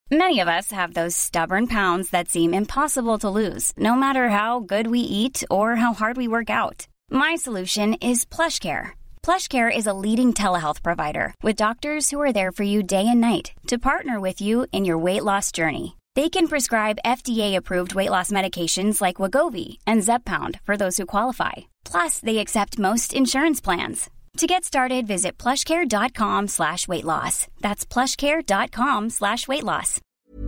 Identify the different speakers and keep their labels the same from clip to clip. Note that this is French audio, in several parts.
Speaker 1: Many of us have those stubborn pounds that seem impossible to lose, no matter how good we eat or how hard we work out. My solution is PlushCare. PlushCare is a leading telehealth provider with doctors who are there for you day and night to partner with you in your weight loss journey. They can prescribe FDA-approved weight loss medications like Wegovy and Zepbound for those who qualify. Plus, they accept most insurance plans. To get started, visit plushcare.com/weightloss. That's plushcare.com/weightloss.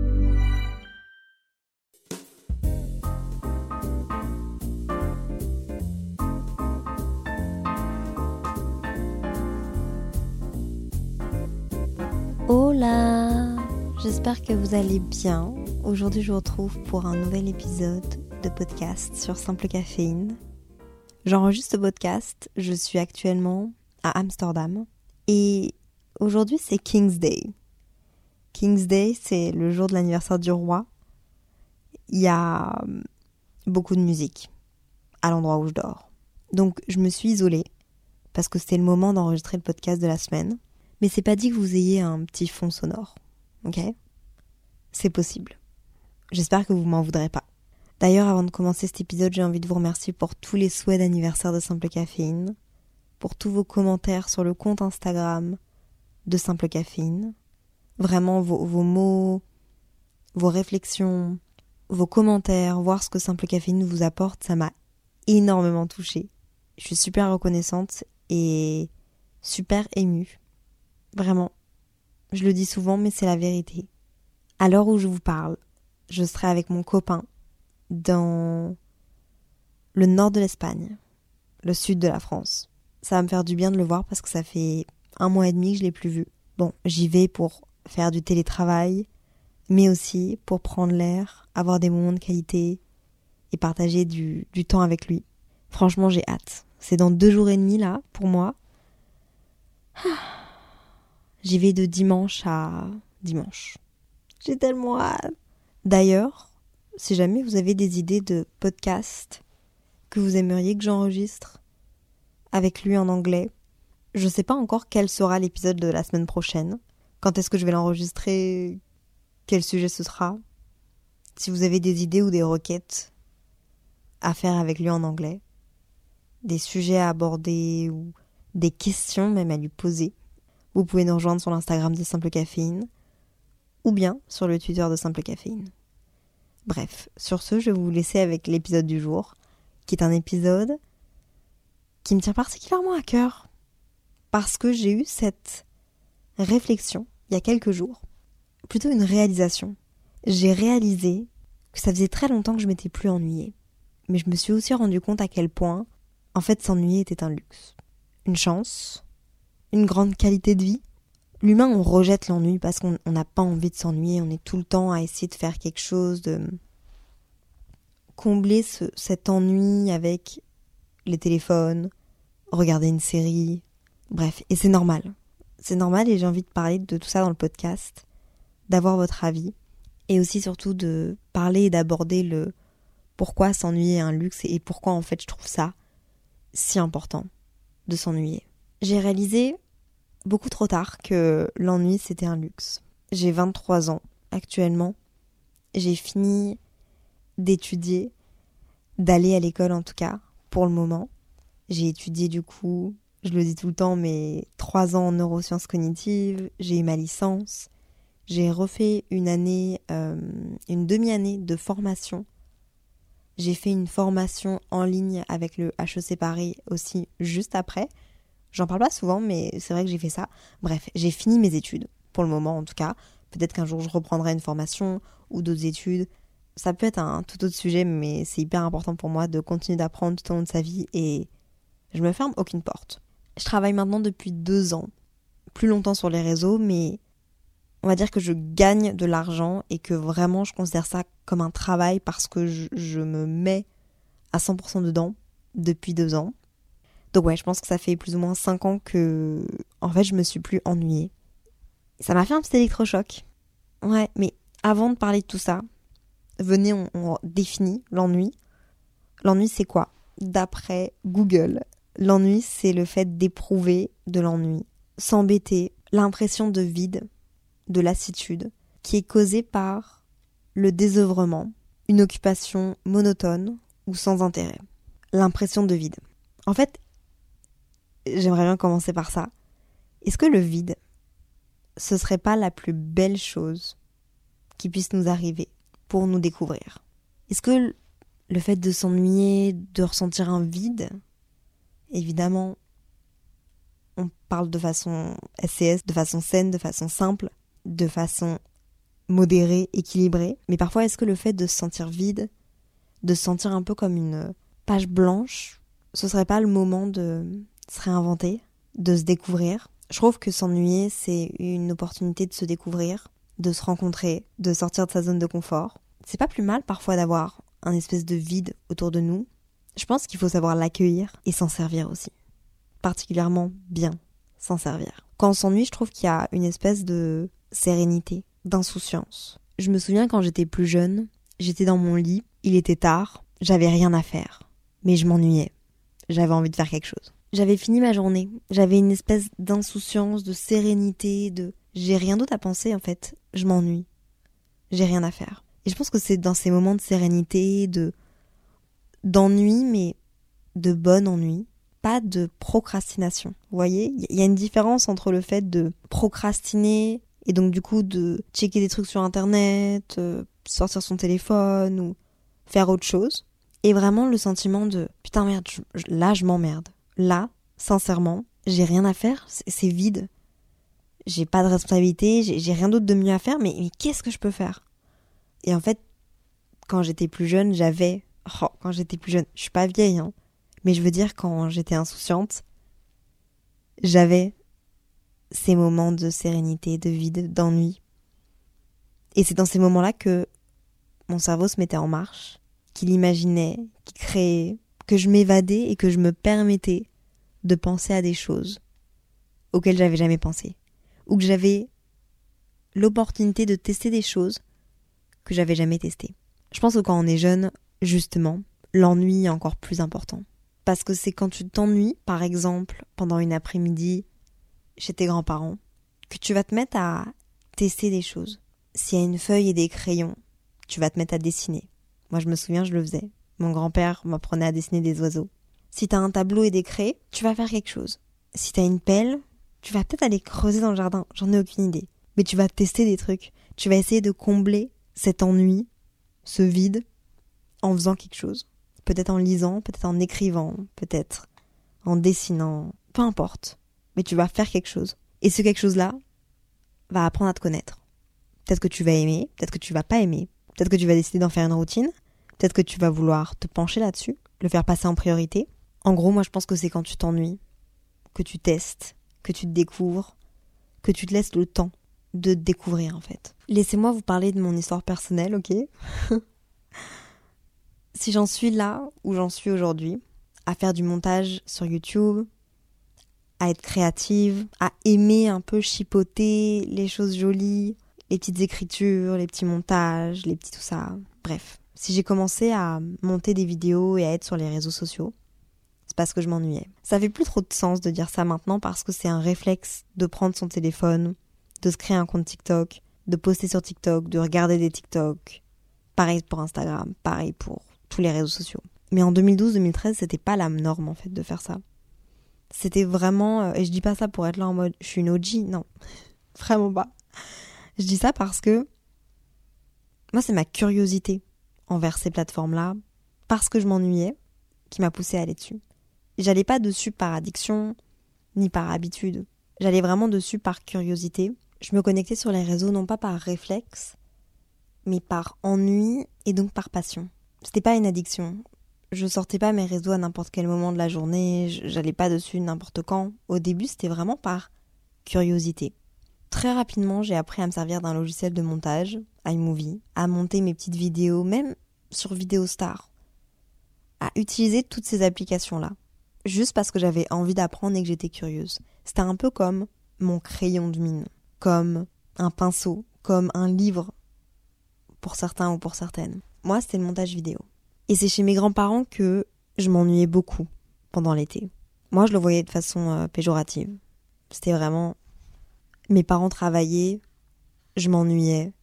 Speaker 2: Hola, j'espère que vous allez bien. Aujourd'hui, je vous retrouve pour un nouvel épisode de podcast sur Simple Caféine. J'enregistre ce podcast, je suis actuellement à Amsterdam et aujourd'hui c'est King's Day. King's Day, c'est le jour de l'anniversaire du roi. Il y a beaucoup de musique à l'endroit où je dors. Donc je me suis isolée parce que c'était le moment d'enregistrer le podcast de la semaine. Mais c'est pas dit que vous ayez un petit fond sonore, ok ? C'est possible. J'espère que vous m'en voudrez pas. D'ailleurs, avant de commencer cet épisode, j'ai envie de vous remercier pour tous les souhaits d'anniversaire de Simple Caféine, pour tous vos commentaires sur le compte Instagram de Simple Caféine. Vraiment, vos mots, vos réflexions, vos commentaires, voir ce que Simple Caféine vous apporte, ça m'a énormément touchée. Je suis super reconnaissante et super émue. Vraiment. Je le dis souvent, mais c'est la vérité. À l'heure où je vous parle, je serai avec mon copain dans le nord de l'Espagne, le sud de la France. Ça va me faire du bien de le voir parce que ça fait 1 mois et demi que je l'ai plus vu. Bon, j'y vais pour faire du télétravail, mais aussi pour prendre l'air, avoir des moments de qualité et partager du temps avec lui. Franchement, j'ai hâte. C'est dans 2 jours et demi là, pour moi. J'y vais de dimanche à dimanche. J'ai tellement hâte. D'ailleurs, si jamais vous avez des idées de podcasts que vous aimeriez que j'enregistre avec lui en anglais, je sais pas encore quel sera l'épisode de la semaine prochaine. Quand est-ce que je vais l'enregistrer? Quel sujet ce sera? Si vous avez des idées ou des requêtes à faire avec lui en anglais, des sujets à aborder ou des questions même à lui poser, vous pouvez nous rejoindre sur l'Instagram de Simple Caféine ou bien sur le Twitter de Simple Caféine. Bref, sur ce, je vais vous laisser avec l'épisode du jour, qui est un épisode qui me tient particulièrement à cœur, parce que j'ai eu cette réflexion il y a quelques jours, plutôt une réalisation. J'ai réalisé que ça faisait très longtemps que je m'étais plus ennuyée, mais je me suis aussi rendu compte à quel point, en fait, s'ennuyer était un luxe, une chance, une grande qualité de vie. L'humain, on rejette l'ennui parce qu'on n'a pas envie de s'ennuyer. On est tout le temps à essayer de faire quelque chose, de combler cet ennui avec les téléphones, regarder une série, bref. Et c'est normal. C'est normal et j'ai envie de parler de tout ça dans le podcast, d'avoir votre avis et aussi surtout de parler et d'aborder le pourquoi s'ennuyer est un luxe et pourquoi en fait je trouve ça si important de s'ennuyer. J'ai réalisé beaucoup trop tard que l'ennui c'était un luxe. J'ai 23 ans actuellement. J'ai fini d'étudier, d'aller à l'école en tout cas, pour le moment. J'ai étudié du coup, je le dis tout le temps, mais 3 ans en neurosciences cognitives. J'ai eu ma licence. J'ai refait une demi-année de formation. J'ai fait une formation en ligne avec le HEC Paris aussi juste après. J'en parle pas souvent, mais c'est vrai que j'ai fait ça. Bref, j'ai fini mes études, pour le moment en tout cas. Peut-être qu'un jour je reprendrai une formation ou d'autres études. Ça peut être un tout autre sujet, mais c'est hyper important pour moi de continuer d'apprendre tout au long de sa vie et je me ferme aucune porte. Je travaille maintenant depuis 2 ans, plus longtemps sur les réseaux, mais on va dire que je gagne de l'argent et que vraiment je considère ça comme un travail parce que je me mets à 100% dedans depuis 2 ans. Donc ouais, je pense que ça fait plus ou moins 5 ans que, en fait, je me suis plus ennuyée. Ça m'a fait un petit électrochoc. Ouais, mais avant de parler de tout ça, venez, on définit l'ennui. L'ennui, c'est quoi? D'après Google, l'ennui, c'est le fait d'éprouver de l'ennui, s'embêter, l'impression de vide, de lassitude. qui est causée par le désœuvrement, une occupation monotone ou sans intérêt, l'impression de vide. En fait, j'aimerais bien commencer par ça. Est-ce que le vide, ce serait pas la plus belle chose qui puisse nous arriver pour nous découvrir? Est-ce que le fait de s'ennuyer, de ressentir un vide, évidemment, on parle de façon SCS, de façon saine, de façon simple, de façon modérée, équilibrée. Mais parfois, est-ce que le fait de se sentir vide, de se sentir un peu comme une page blanche, ce serait pas le moment de se réinventer, de se découvrir? Je trouve que s'ennuyer, c'est une opportunité de se découvrir, de se rencontrer, de sortir de sa zone de confort. C'est pas plus mal parfois d'avoir un espèce de vide autour de nous. Je pense qu'il faut savoir l'accueillir et s'en servir aussi. Particulièrement bien s'en servir. Quand on s'ennuie, je trouve qu'il y a une espèce de sérénité, d'insouciance. Je me souviens quand j'étais plus jeune, j'étais dans mon lit, il était tard, j'avais rien à faire. Mais je m'ennuyais. J'avais envie de faire quelque chose. J'avais fini ma journée. J'avais une espèce d'insouciance, de sérénité, de... J'ai rien d'autre à penser en fait. Je m'ennuie. J'ai rien à faire. Et je pense que c'est dans ces moments de sérénité, d'ennui, mais de bon ennui. Pas de procrastination. Vous voyez, il y a une différence entre le fait de procrastiner et donc du coup de checker des trucs sur internet, sortir son téléphone ou faire autre chose. Et vraiment le sentiment de putain merde, là je m'emmerde. Là, sincèrement, j'ai rien à faire, c'est vide. J'ai pas de responsabilité, j'ai rien d'autre de mieux à faire, mais qu'est-ce que je peux faire? Et en fait, quand j'étais plus jeune, quand j'étais plus jeune, je suis pas vieille, hein. Mais je veux dire, quand j'étais insouciante, j'avais ces moments de sérénité, de vide, d'ennui. Et c'est dans ces moments-là que mon cerveau se mettait en marche, qu'il imaginait, qu'il créait, que je m'évadais et que je me permettais de penser à des choses auxquelles j'avais jamais pensé. Ou que j'avais l'opportunité de tester des choses que j'avais jamais testées. Je pense que quand on est jeune, justement, l'ennui est encore plus important. Parce que c'est quand tu t'ennuies, par exemple, pendant une après-midi chez tes grands-parents, que tu vas te mettre à tester des choses. S'il y a une feuille et des crayons, tu vas te mettre à dessiner. Moi, je me souviens, je le faisais. Mon grand-père m'apprenait à dessiner des oiseaux. Si t'as un tableau et des craies, tu vas faire quelque chose. Si t'as une pelle, tu vas peut-être aller creuser dans le jardin. J'en ai aucune idée. Mais tu vas tester des trucs. Tu vas essayer de combler cet ennui, ce vide, en faisant quelque chose. Peut-être en lisant, peut-être en écrivant, peut-être en dessinant, peu importe. Mais tu vas faire quelque chose. Et ce quelque chose-là va apprendre à te connaître. Peut-être que tu vas aimer, peut-être que tu vas pas aimer. Peut-être que tu vas décider d'en faire une routine. Peut-être que tu vas vouloir te pencher là-dessus, le faire passer en priorité. En gros, moi je pense que c'est quand tu t'ennuies, que tu testes, que tu te découvres, que tu te laisses le temps de te découvrir en fait. Laissez-moi vous parler de mon histoire personnelle, ok? Si j'en suis là où j'en suis aujourd'hui, à faire du montage sur YouTube, à être créative, à aimer un peu chipoter les choses jolies, les petites écritures, les petits montages, les petits tout ça, bref. Si j'ai commencé à monter des vidéos et à être sur les réseaux sociaux, c'est parce que je m'ennuyais. Ça fait plus trop de sens de dire ça maintenant parce que c'est un réflexe de prendre son téléphone, de se créer un compte TikTok, de poster sur TikTok, de regarder des TikTok. Pareil pour Instagram, pareil pour tous les réseaux sociaux. Mais en 2012-2013, c'était pas la norme en fait de faire ça. C'était vraiment... et je dis pas ça pour être là en mode je suis une OG, non. Vraiment pas. Je dis ça parce que moi c'est ma curiosité envers ces plateformes-là, parce que je m'ennuyais, qui m'a poussée à aller dessus. J'allais pas dessus par addiction, ni par habitude. J'allais vraiment dessus par curiosité. Je me connectais sur les réseaux non pas par réflexe, mais par ennui et donc par passion. C'était pas une addiction. Je sortais pas mes réseaux à n'importe quel moment de la journée, j'allais pas dessus n'importe quand. Au début, c'était vraiment par curiosité. Très rapidement, j'ai appris à me servir d'un logiciel de montage, iMovie, à monter mes petites vidéos, même sur Vidéostar, à utiliser toutes ces applications-là, juste parce que j'avais envie d'apprendre et que j'étais curieuse. C'était un peu comme mon crayon de mine, comme un pinceau, comme un livre, pour certains ou pour certaines. Moi, c'était le montage vidéo. Et c'est chez mes grands-parents que je m'ennuyais beaucoup pendant l'été. Moi, je le voyais de façon péjorative. C'était vraiment... Mes parents travaillaient, je m'ennuyais,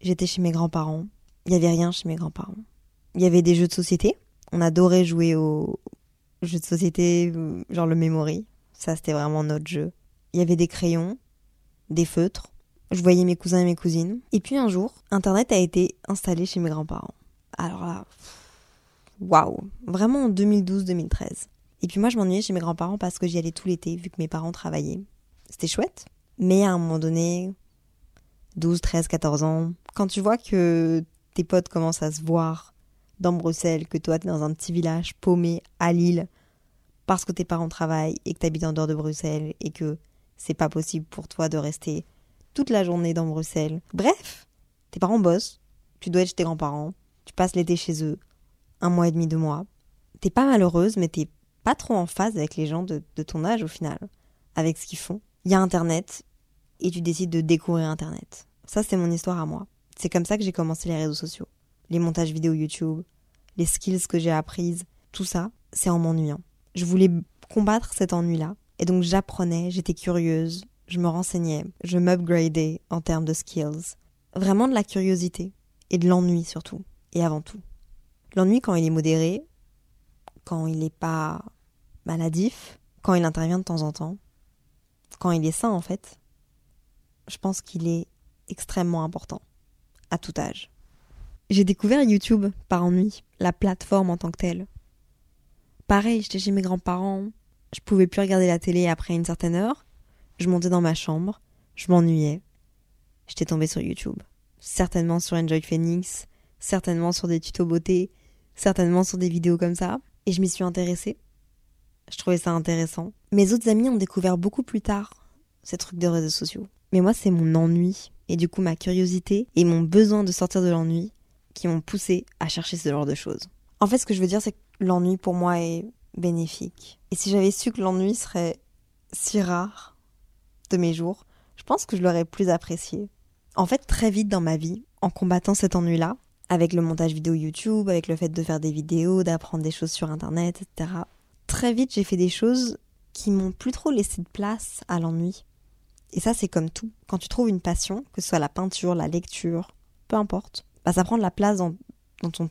Speaker 2: j'étais chez mes grands-parents. Il n'y avait rien chez mes grands-parents. Il y avait des jeux de société. On adorait jouer aux jeux de société, genre le Memory. Ça, c'était vraiment notre jeu. Il y avait des crayons, des feutres. Je voyais mes cousins et mes cousines. Et puis un jour, Internet a été installé chez mes grands-parents. Alors là, waouh, vraiment en 2012-2013. Et puis moi, je m'ennuyais chez mes grands-parents parce que j'y allais tout l'été, vu que mes parents travaillaient. C'était chouette. Mais à un moment donné, 12, 13, 14 ans, quand tu vois que tes potes commencent à se voir dans Bruxelles, que toi, t'es dans un petit village paumé à Lille, parce que tes parents travaillent et que t'habites en dehors de Bruxelles et que c'est pas possible pour toi de rester toute la journée dans Bruxelles. Bref, tes parents bossent, tu dois être chez tes grands-parents, tu passes l'été chez eux, 1 mois et demi, 2 mois. T'es pas malheureuse, mais t'es pas trop en phase avec les gens de ton âge au final, avec ce qu'ils font. Il y a Internet et tu décides de découvrir Internet. Ça, c'est mon histoire à moi. C'est comme ça que j'ai commencé les réseaux sociaux. Les montages vidéo YouTube, les skills que j'ai apprises, tout ça, c'est en m'ennuyant. Je voulais combattre cet ennui-là. Et donc j'apprenais, j'étais curieuse, je me renseignais, je m'upgradais en termes de skills. Vraiment de la curiosité. Et de l'ennui surtout. Et avant tout. L'ennui quand il est modéré, quand il n'est pas maladif, quand il intervient de temps en temps, quand il est sain en fait, je pense qu'il est extrêmement important, à tout âge. J'ai découvert YouTube par ennui, la plateforme en tant que telle. Pareil, j'étais chez mes grands-parents, je pouvais plus regarder la télé après une certaine heure, je montais dans ma chambre, je m'ennuyais, j'étais tombée sur YouTube. Certainement sur Enjoy Phoenix, certainement sur des tutos beauté, certainement sur des vidéos comme ça, et je m'y suis intéressée. Je trouvais ça intéressant. Mes autres amis ont découvert beaucoup plus tard ces trucs de réseaux sociaux. Mais moi, c'est mon ennui, et du coup ma curiosité et mon besoin de sortir de l'ennui qui m'ont poussée à chercher ce genre de choses. En fait, ce que je veux dire, c'est que l'ennui pour moi est bénéfique. Et si j'avais su que l'ennui serait si rare de mes jours, je pense que je l'aurais plus apprécié. En fait, très vite dans ma vie, en combattant cet ennui-là, avec le montage vidéo YouTube, avec le fait de faire des vidéos, d'apprendre des choses sur Internet, etc., très vite, j'ai fait des choses qui m'ont plus trop laissé de place à l'ennui. Et ça, c'est comme tout. Quand tu trouves une passion, que ce soit la peinture, la lecture, peu importe, ça prend de la place dans ton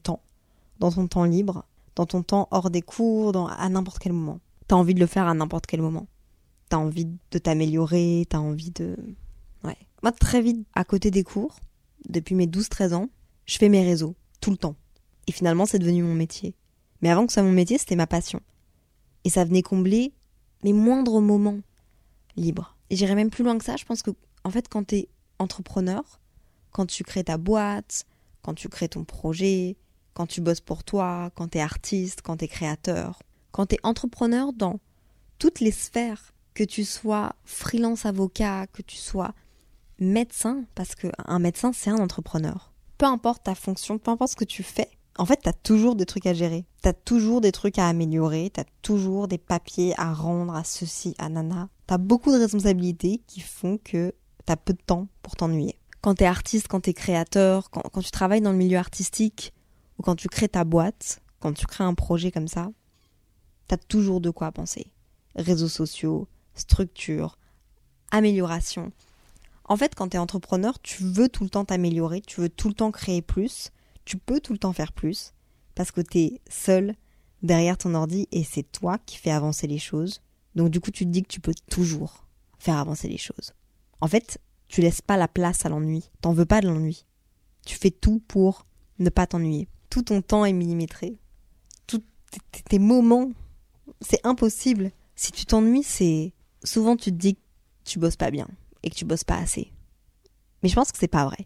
Speaker 2: temps libre, dans ton temps hors des cours, à n'importe quel moment. T'as envie de le faire à n'importe quel moment. T'as envie de t'améliorer, t'as envie de... Ouais. Moi, très vite, à côté des cours, depuis mes 12-13 ans, je fais mes réseaux, tout le temps. Et finalement, c'est devenu mon métier. Mais avant que ce soit mon métier, c'était ma passion. Et ça venait combler mes moindres moments libres. Et j'irais même plus loin que ça, je pense que, en fait, quand t'es entrepreneur, quand tu crées ta boîte, quand tu crées ton projet, quand tu bosses pour toi, quand t'es artiste, quand t'es créateur, quand t'es entrepreneur dans toutes les sphères, que tu sois freelance avocat, que tu sois médecin, parce qu'un médecin, c'est un entrepreneur. Peu importe ta fonction, peu importe ce que tu fais, en fait, t'as toujours des trucs à gérer. T'as toujours des trucs à améliorer, t'as toujours des papiers à rendre, à ceci, à nana. T'as beaucoup de responsabilités qui font que t'as peu de temps pour t'ennuyer. Quand t'es artiste, quand t'es créateur, quand tu travailles dans le milieu artistique, ou quand tu crées ta boîte, quand tu crées un projet comme ça, t'as toujours de quoi penser. Réseaux sociaux, structure, amélioration. En fait, quand t'es entrepreneur, tu veux tout le temps t'améliorer, tu veux tout le temps créer plus, tu peux tout le temps faire plus, parce que t'es seul derrière ton ordi et c'est toi qui fais avancer les choses. Donc du coup, tu te dis que tu peux toujours faire avancer les choses. En fait, tu laisses pas la place à l'ennui. T'en veux pas de l'ennui. Tu fais tout pour ne pas t'ennuyer. Tout ton temps est millimétré. Tous tes moments, c'est impossible. Si tu t'ennuies, c'est... Souvent, tu te dis que tu bosses pas bien et que tu bosses pas assez. Mais je pense que c'est pas vrai.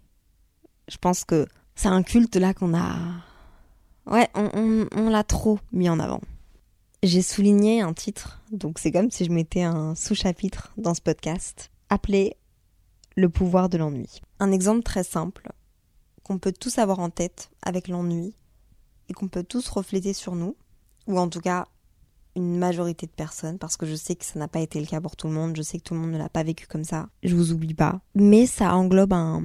Speaker 2: Je pense que c'est un culte là qu'on a... Ouais, on l'a trop mis en avant. J'ai souligné un titre, donc c'est comme si je mettais un sous-chapitre dans ce podcast, appelé « Le pouvoir de l'ennui ». Un exemple très simple, qu'on peut tous avoir en tête avec l'ennui, et qu'on peut tous refléter sur nous, ou en tout cas une majorité de personnes, parce que je sais que ça n'a pas été le cas pour tout le monde, je sais que tout le monde ne l'a pas vécu comme ça, je vous oublie pas. Mais ça englobe un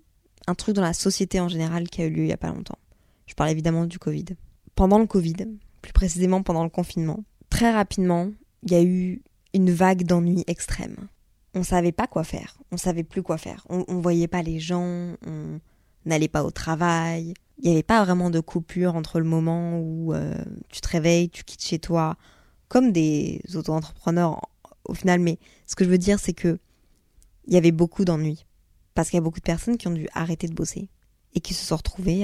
Speaker 2: truc dans la société en général qui a eu lieu il y a pas longtemps. Je parle évidemment du Covid. Pendant le Covid, plus précisément pendant le confinement, très rapidement, il y a eu une vague d'ennui extrême. On savait pas quoi faire, on savait plus quoi faire, on voyait pas les gens, on n'allais pas au travail. Il n'y avait pas vraiment de coupure entre le moment où tu te réveilles, tu quittes chez toi, comme des auto-entrepreneurs au final. Mais ce que je veux dire, c'est que il y avait beaucoup d'ennuis. Parce qu'il y a beaucoup de personnes qui ont dû arrêter de bosser et qui se sont retrouvées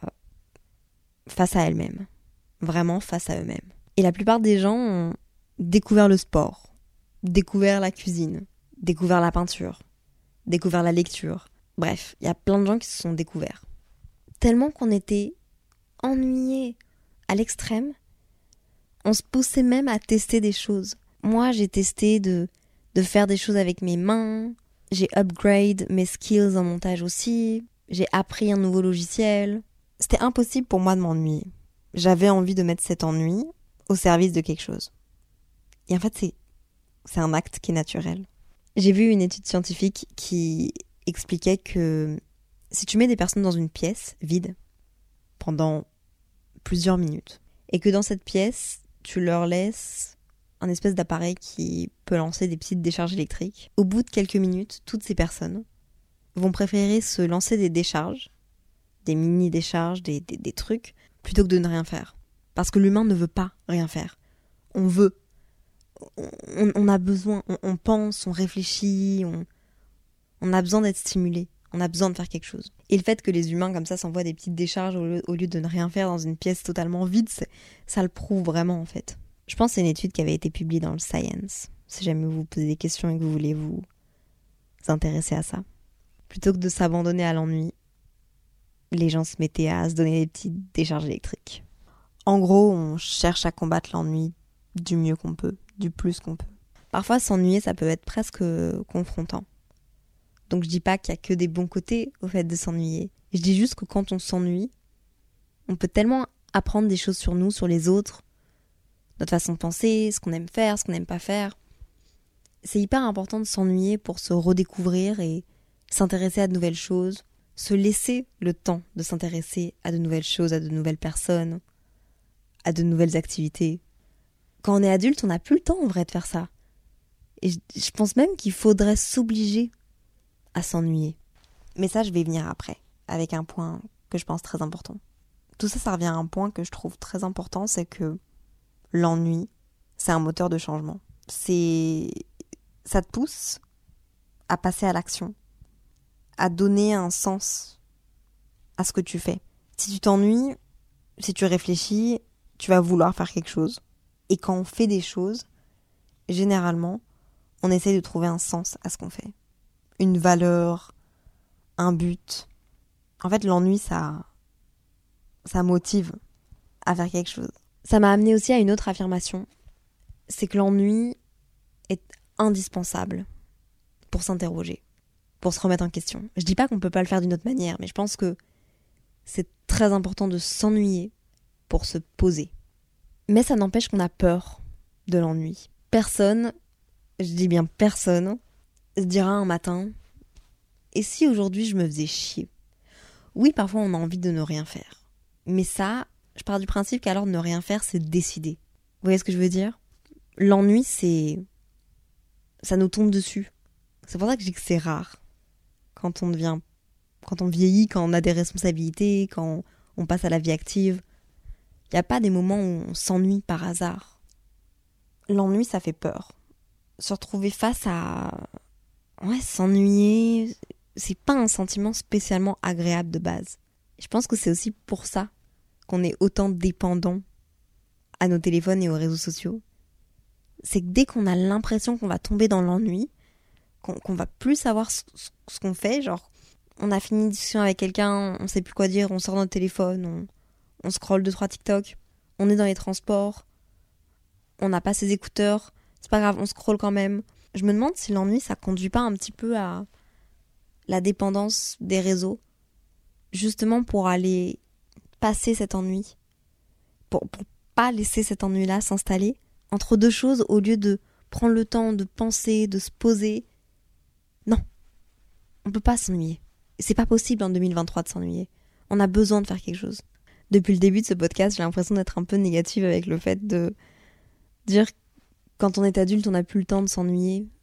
Speaker 2: face à elles-mêmes. Vraiment face à eux-mêmes. Et la plupart des gens ont découvert le sport, découvert la cuisine, découvert la peinture, découvert la lecture. Bref, il y a plein de gens qui se sont découverts. Tellement qu'on était ennuyés à l'extrême, on se poussait même à tester des choses. Moi, j'ai testé de faire des choses avec mes mains, j'ai upgrade mes skills en montage aussi, j'ai appris un nouveau logiciel. C'était impossible pour moi de m'ennuyer. J'avais envie de mettre cet ennui au service de quelque chose. Et en fait, c'est un acte qui est naturel. J'ai vu une étude scientifique qui expliquait que si tu mets des personnes dans une pièce vide pendant plusieurs minutes et que dans cette pièce, tu leur laisses un espèce d'appareil qui peut lancer des petites décharges électriques, au bout de quelques minutes, toutes ces personnes vont préférer se lancer des décharges, des mini-décharges, des trucs, plutôt que de ne rien faire. Parce que l'humain ne veut pas rien faire. On veut. On a besoin, on pense, on réfléchit, on a besoin d'être stimulé. On a besoin de faire quelque chose. Et le fait que les humains comme ça s'envoient des petites décharges au lieu de ne rien faire dans une pièce totalement vide, ça le prouve vraiment en fait. Je pense que c'est une étude qui avait été publiée dans le Science. Si jamais vous vous posez des questions et que vous voulez vous intéresser à ça. Plutôt que de s'abandonner à l'ennui, les gens se mettaient à se donner des petites décharges électriques. En gros, on cherche à combattre l'ennui du mieux qu'on peut, du plus qu'on peut. Parfois, s'ennuyer, ça peut être presque confrontant. Donc je dis pas qu'il y a que des bons côtés au fait de s'ennuyer. Je dis juste que quand on s'ennuie, on peut tellement apprendre des choses sur nous, sur les autres, notre façon de penser, ce qu'on aime faire, ce qu'on n'aime pas faire. C'est hyper important de s'ennuyer pour se redécouvrir et s'intéresser à de nouvelles choses, se laisser le temps de s'intéresser à de nouvelles choses, à de nouvelles personnes, à de nouvelles activités. Quand on est adulte, on n'a plus le temps en vrai de faire ça. Et je pense même qu'il faudrait s'obliger à s'ennuyer. Mais ça, je vais y venir après, avec un point que je pense très important. Tout ça, ça revient à un point que je trouve très important, c'est que l'ennui, c'est un moteur de changement. Ça te pousse à passer à l'action, à donner un sens à ce que tu fais. Si tu t'ennuies, si tu réfléchis, tu vas vouloir faire quelque chose. Et quand on fait des choses, généralement, on essaie de trouver un sens à ce qu'on fait. Une valeur, un but. En fait, l'ennui, ça motive à faire quelque chose. Ça m'a amené aussi à une autre affirmation. C'est que l'ennui est indispensable pour s'interroger, pour se remettre en question. Je dis pas qu'on peut pas le faire d'une autre manière, mais je pense que c'est très important de s'ennuyer pour se poser. Mais ça n'empêche qu'on a peur de l'ennui. Personne, je dis bien personne, se dira un matin « Et si aujourd'hui je me faisais chier ?» Oui, parfois on a envie de ne rien faire. Mais ça, je pars du principe qu'alors ne rien faire, c'est décider. Vous voyez ce que je veux dire ? L'ennui, ça nous tombe dessus. C'est pour ça que je dis que c'est rare. Quand on vieillit, quand on a des responsabilités, quand on passe à la vie active. Il n'y a pas des moments où on s'ennuie par hasard. L'ennui, ça fait peur. Se retrouver face à... s'ennuyer, c'est pas un sentiment spécialement agréable de base. Je pense que c'est aussi pour ça qu'on est autant dépendant à nos téléphones et aux réseaux sociaux. C'est que dès qu'on a l'impression qu'on va tomber dans l'ennui, qu'on va plus savoir ce qu'on fait, genre on a fini une discussion avec quelqu'un, on sait plus quoi dire, on sort notre téléphone, on scrolle 2-3 TikTok, on est dans les transports, on n'a pas ses écouteurs, c'est pas grave, on scrolle quand même. Je me demande si l'ennui, ça conduit pas un petit peu à la dépendance des réseaux, justement pour aller passer cet ennui, pour pas laisser cet ennui-là s'installer entre deux choses au lieu de prendre le temps de penser, de se poser. Non, on peut pas s'ennuyer. C'est pas possible en 2023 de s'ennuyer. On a besoin de faire quelque chose. Depuis le début de ce podcast, j'ai l'impression d'être un peu négative avec le fait de dire quand on est adulte, on n'a plus le temps de s'ennuyer.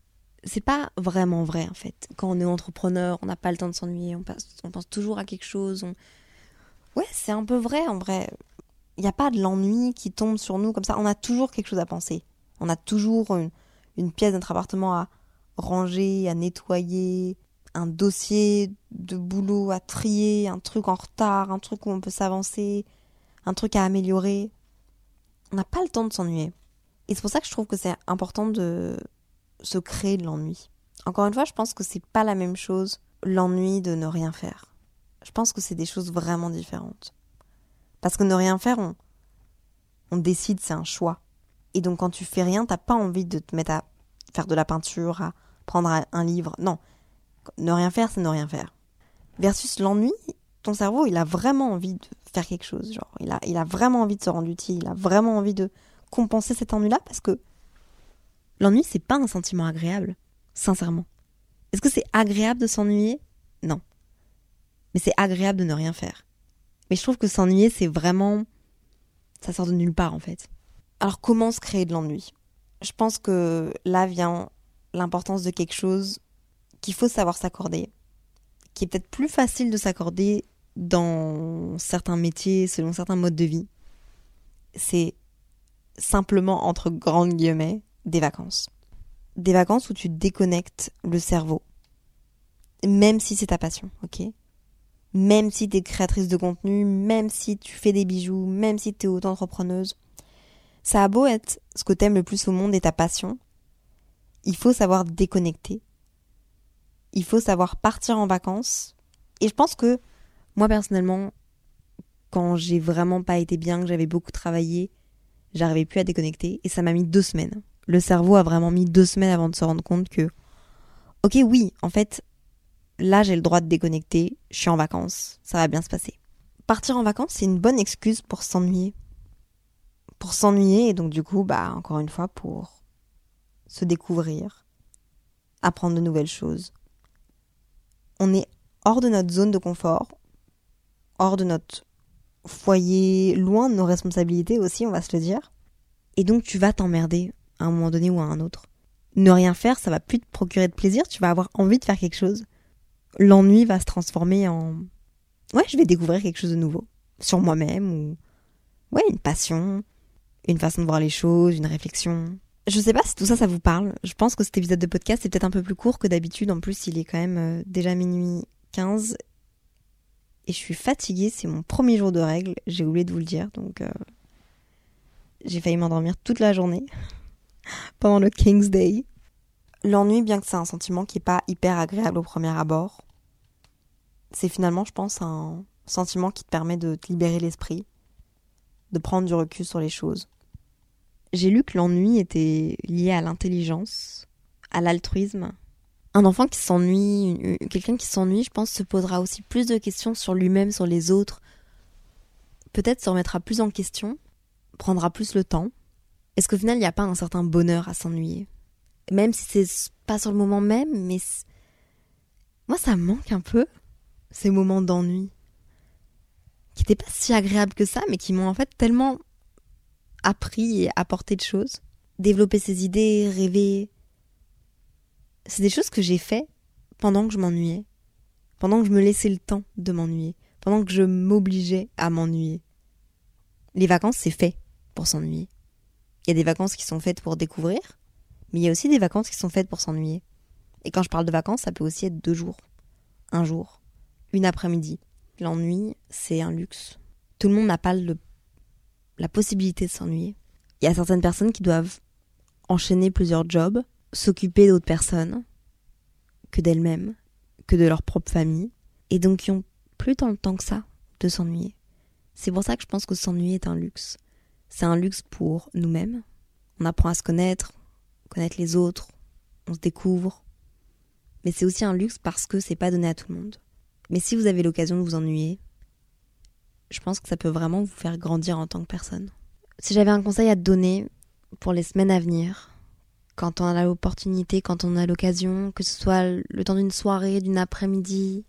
Speaker 2: c'est pas vraiment vrai en fait. Quand on est entrepreneur, on n'a pas le temps de s'ennuyer, on pense toujours à quelque chose. Ouais, c'est un peu vrai en vrai. Il n'y a pas de l'ennui qui tombe sur nous comme ça. On a toujours quelque chose à penser. On a toujours une pièce de notre appartement à ranger, à nettoyer, un dossier de boulot à trier, un truc en retard, un truc où on peut s'avancer, un truc à améliorer. On n'a pas le temps de s'ennuyer. Et c'est pour ça que je trouve que c'est important de se créer de l'ennui. Encore une fois, je pense que c'est pas la même chose, l'ennui de ne rien faire. Je pense que c'est des choses vraiment différentes. Parce que ne rien faire, on décide, c'est un choix. Et donc quand tu fais rien, t'as pas envie de te mettre à faire de la peinture, à prendre un livre. Non, ne rien faire, c'est ne rien faire. Versus l'ennui, ton cerveau, il a vraiment envie de faire quelque chose. Genre, il a vraiment envie de se rendre utile, il a vraiment envie de compenser cet ennui-là parce que l'ennui, c'est pas un sentiment agréable, sincèrement. Est-ce que c'est agréable de s'ennuyer ? Non. Mais c'est agréable de ne rien faire. Mais je trouve que s'ennuyer, c'est vraiment... ça sort de nulle part, en fait. Alors, comment se créer de l'ennui ? Je pense que là vient l'importance de quelque chose qu'il faut savoir s'accorder, qui est peut-être plus facile de s'accorder dans certains métiers, selon certains modes de vie. C'est simplement, entre grandes guillemets, des vacances. Des vacances où tu déconnectes le cerveau. Même si c'est ta passion, ok ? Même si tu es créatrice de contenu, même si tu fais des bijoux, même si tu es auto-entrepreneuse. Ça a beau être ce que t'aimes le plus au monde et ta passion, il faut savoir déconnecter. Il faut savoir partir en vacances. Et je pense que, moi personnellement, quand j'ai vraiment pas été bien, que j'avais beaucoup travaillé, j'arrivais plus à déconnecter et ça m'a mis 2 semaines. Le cerveau a vraiment mis 2 semaines avant de se rendre compte que, ok, oui, en fait, là j'ai le droit de déconnecter, je suis en vacances, ça va bien se passer. Partir en vacances, c'est une bonne excuse pour s'ennuyer. Pour s'ennuyer et donc du coup, encore une fois, pour se découvrir, apprendre de nouvelles choses. On est hors de notre zone de confort, hors de notre foyer, loin de nos responsabilités aussi, on va se le dire. Et donc tu vas t'emmerder à un moment donné ou à un autre. Ne rien faire, ça va plus te procurer de plaisir, tu vas avoir envie de faire quelque chose. L'ennui va se transformer en... ouais, je vais découvrir quelque chose de nouveau. Sur moi-même ou... ouais, une passion, une façon de voir les choses, une réflexion. Je sais pas si tout ça, ça vous parle. Je pense que cet épisode de podcast est peut-être un peu plus court que d'habitude. En plus, il est quand même déjà minuit 15. Et je suis fatiguée, c'est mon premier jour de règle. J'ai oublié de vous le dire, donc... j'ai failli m'endormir toute la journée. Pendant le King's Day. L'ennui, bien que c'est un sentiment qui est pas hyper agréable au premier abord, c'est finalement, je pense, un sentiment qui te permet de te libérer l'esprit, de prendre du recul sur les choses. J'ai lu que l'ennui était lié à l'intelligence, à l'altruisme. Un enfant qui s'ennuie, quelqu'un qui s'ennuie, je pense, se posera aussi plus de questions sur lui-même, sur les autres. Peut-être se remettra plus en question, prendra plus le temps. Est-ce qu'au final, il n'y a pas un certain bonheur à s'ennuyer ? Même si c'est pas sur le moment même, mais... moi, ça me manque un peu, ces moments d'ennui. Qui n'étaient pas si agréables que ça, mais qui m'ont en fait tellement appris et apporté de choses. Développer ses idées, rêver. C'est des choses que j'ai fait pendant que je m'ennuyais. Pendant que je me laissais le temps de m'ennuyer. Pendant que je m'obligeais à m'ennuyer. Les vacances, c'est fait pour s'ennuyer. Il y a des vacances qui sont faites pour découvrir, mais il y a aussi des vacances qui sont faites pour s'ennuyer. Et quand je parle de vacances, ça peut aussi être 2 jours, 1 jour, une après-midi. L'ennui, c'est un luxe. Tout le monde n'a pas la possibilité de s'ennuyer. Il y a certaines personnes qui doivent enchaîner plusieurs jobs, s'occuper d'autres personnes que d'elles-mêmes, que de leur propre famille, et donc qui ont plus tant le temps que ça de s'ennuyer. C'est pour ça que je pense que s'ennuyer est un luxe. C'est un luxe pour nous-mêmes. On apprend à se connaître les autres, on se découvre. Mais c'est aussi un luxe parce que c'est pas donné à tout le monde. Mais si vous avez l'occasion de vous ennuyer, je pense que ça peut vraiment vous faire grandir en tant que personne. Si j'avais un conseil à te donner pour les semaines à venir, quand on a l'opportunité, quand on a l'occasion, que ce soit le temps d'une soirée, d'une après-midi,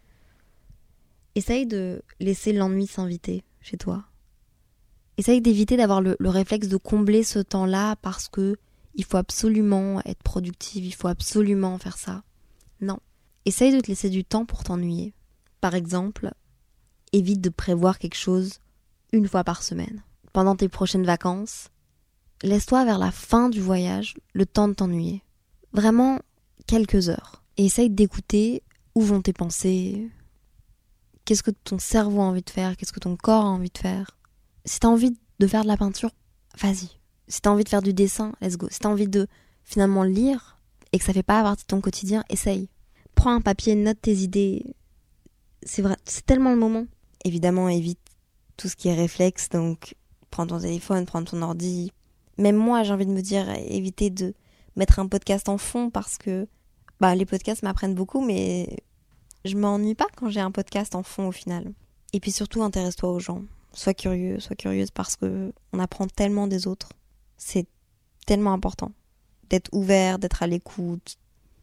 Speaker 2: essaye de laisser l'ennui s'inviter chez toi. Essaye d'éviter d'avoir le réflexe de combler ce temps-là parce que il faut absolument être productive, il faut absolument faire ça. Non. Essaye de te laisser du temps pour t'ennuyer. Par exemple, évite de prévoir quelque chose une fois par semaine. Pendant tes prochaines vacances, laisse-toi vers la fin du voyage le temps de t'ennuyer. Vraiment, quelques heures. Et essaye d'écouter où vont tes pensées, qu'est-ce que ton cerveau a envie de faire, qu'est-ce que ton corps a envie de faire. Si t'as envie de faire de la peinture, vas-y. Si t'as envie de faire du dessin, let's go. Si t'as envie de finalement lire et que ça fait pas partie de ton quotidien, essaye. Prends un papier, note tes idées. C'est vrai, c'est tellement le moment. Évidemment, évite tout ce qui est réflexe, donc prends ton téléphone, prends ton ordi. Même moi, j'ai envie de me dire, éviter de mettre un podcast en fond parce que les podcasts m'apprennent beaucoup, mais je m'ennuie pas quand j'ai un podcast en fond au final. Et puis surtout, intéresse-toi aux gens. Sois curieux, sois curieuse parce que on apprend tellement des autres. C'est tellement important d'être ouvert, d'être à l'écoute,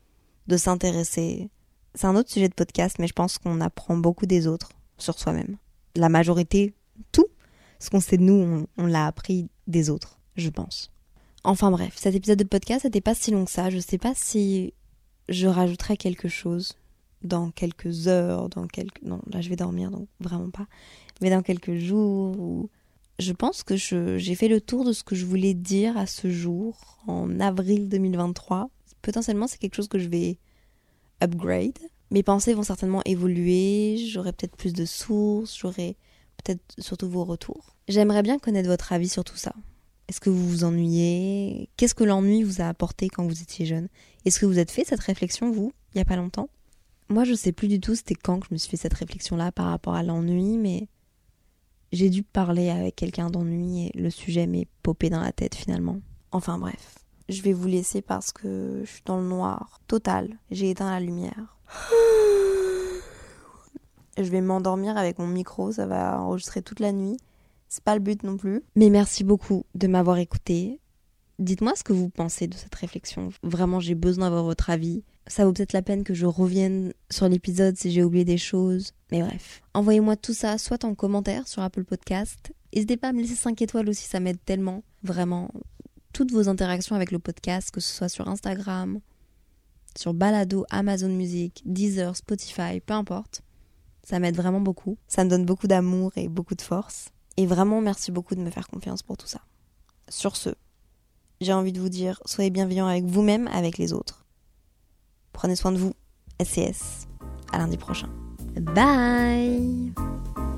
Speaker 2: de s'intéresser. C'est un autre sujet de podcast, mais je pense qu'on apprend beaucoup des autres sur soi-même. La majorité, tout ce qu'on sait de nous, on l'a appris des autres, je pense. Enfin bref, cet épisode de podcast n'était pas si long que ça. Je sais pas si je rajouterai quelque chose dans quelques heures, non, là je vais dormir, donc vraiment pas. Mais dans quelques jours, ou... Je pense que j'ai fait le tour de ce que je voulais dire à ce jour, en avril 2023. Potentiellement, c'est quelque chose que je vais upgrade. Mes pensées vont certainement évoluer, j'aurai peut-être plus de sources, j'aurai peut-être surtout vos retours. J'aimerais bien connaître votre avis sur tout ça. Est-ce que vous vous ennuyez ? Qu'est-ce que l'ennui vous a apporté quand vous étiez jeune ? Est-ce que vous êtes fait cette réflexion, vous, il n'y a pas longtemps ? Moi, je sais plus du tout c'était quand que je me suis fait cette réflexion-là par rapport à l'ennui, mais j'ai dû parler avec quelqu'un d'ennui et le sujet m'est popé dans la tête finalement. Enfin bref, je vais vous laisser parce que je suis dans le noir total. J'ai éteint la lumière. Je vais m'endormir avec mon micro, ça va enregistrer toute la nuit. C'est pas le but non plus. Mais merci beaucoup de m'avoir écouté. Dites-moi ce que vous pensez de cette réflexion. Vraiment, j'ai besoin d'avoir votre avis. Ça vaut peut-être la peine que je revienne sur l'épisode si j'ai oublié des choses. Mais bref, envoyez-moi tout ça soit en commentaire sur Apple Podcast. N'hésitez pas à me laisser 5 étoiles aussi, ça m'aide tellement. Vraiment, toutes vos interactions avec le podcast, que ce soit sur Instagram, sur Balado, Amazon Music, Deezer, Spotify, peu importe. Ça m'aide vraiment beaucoup. Ça me donne beaucoup d'amour et beaucoup de force. Et vraiment, merci beaucoup de me faire confiance pour tout ça. Sur ce, j'ai envie de vous dire, soyez bienveillants avec vous-même, avec les autres. Prenez soin de vous. SCS. À lundi prochain. Bye!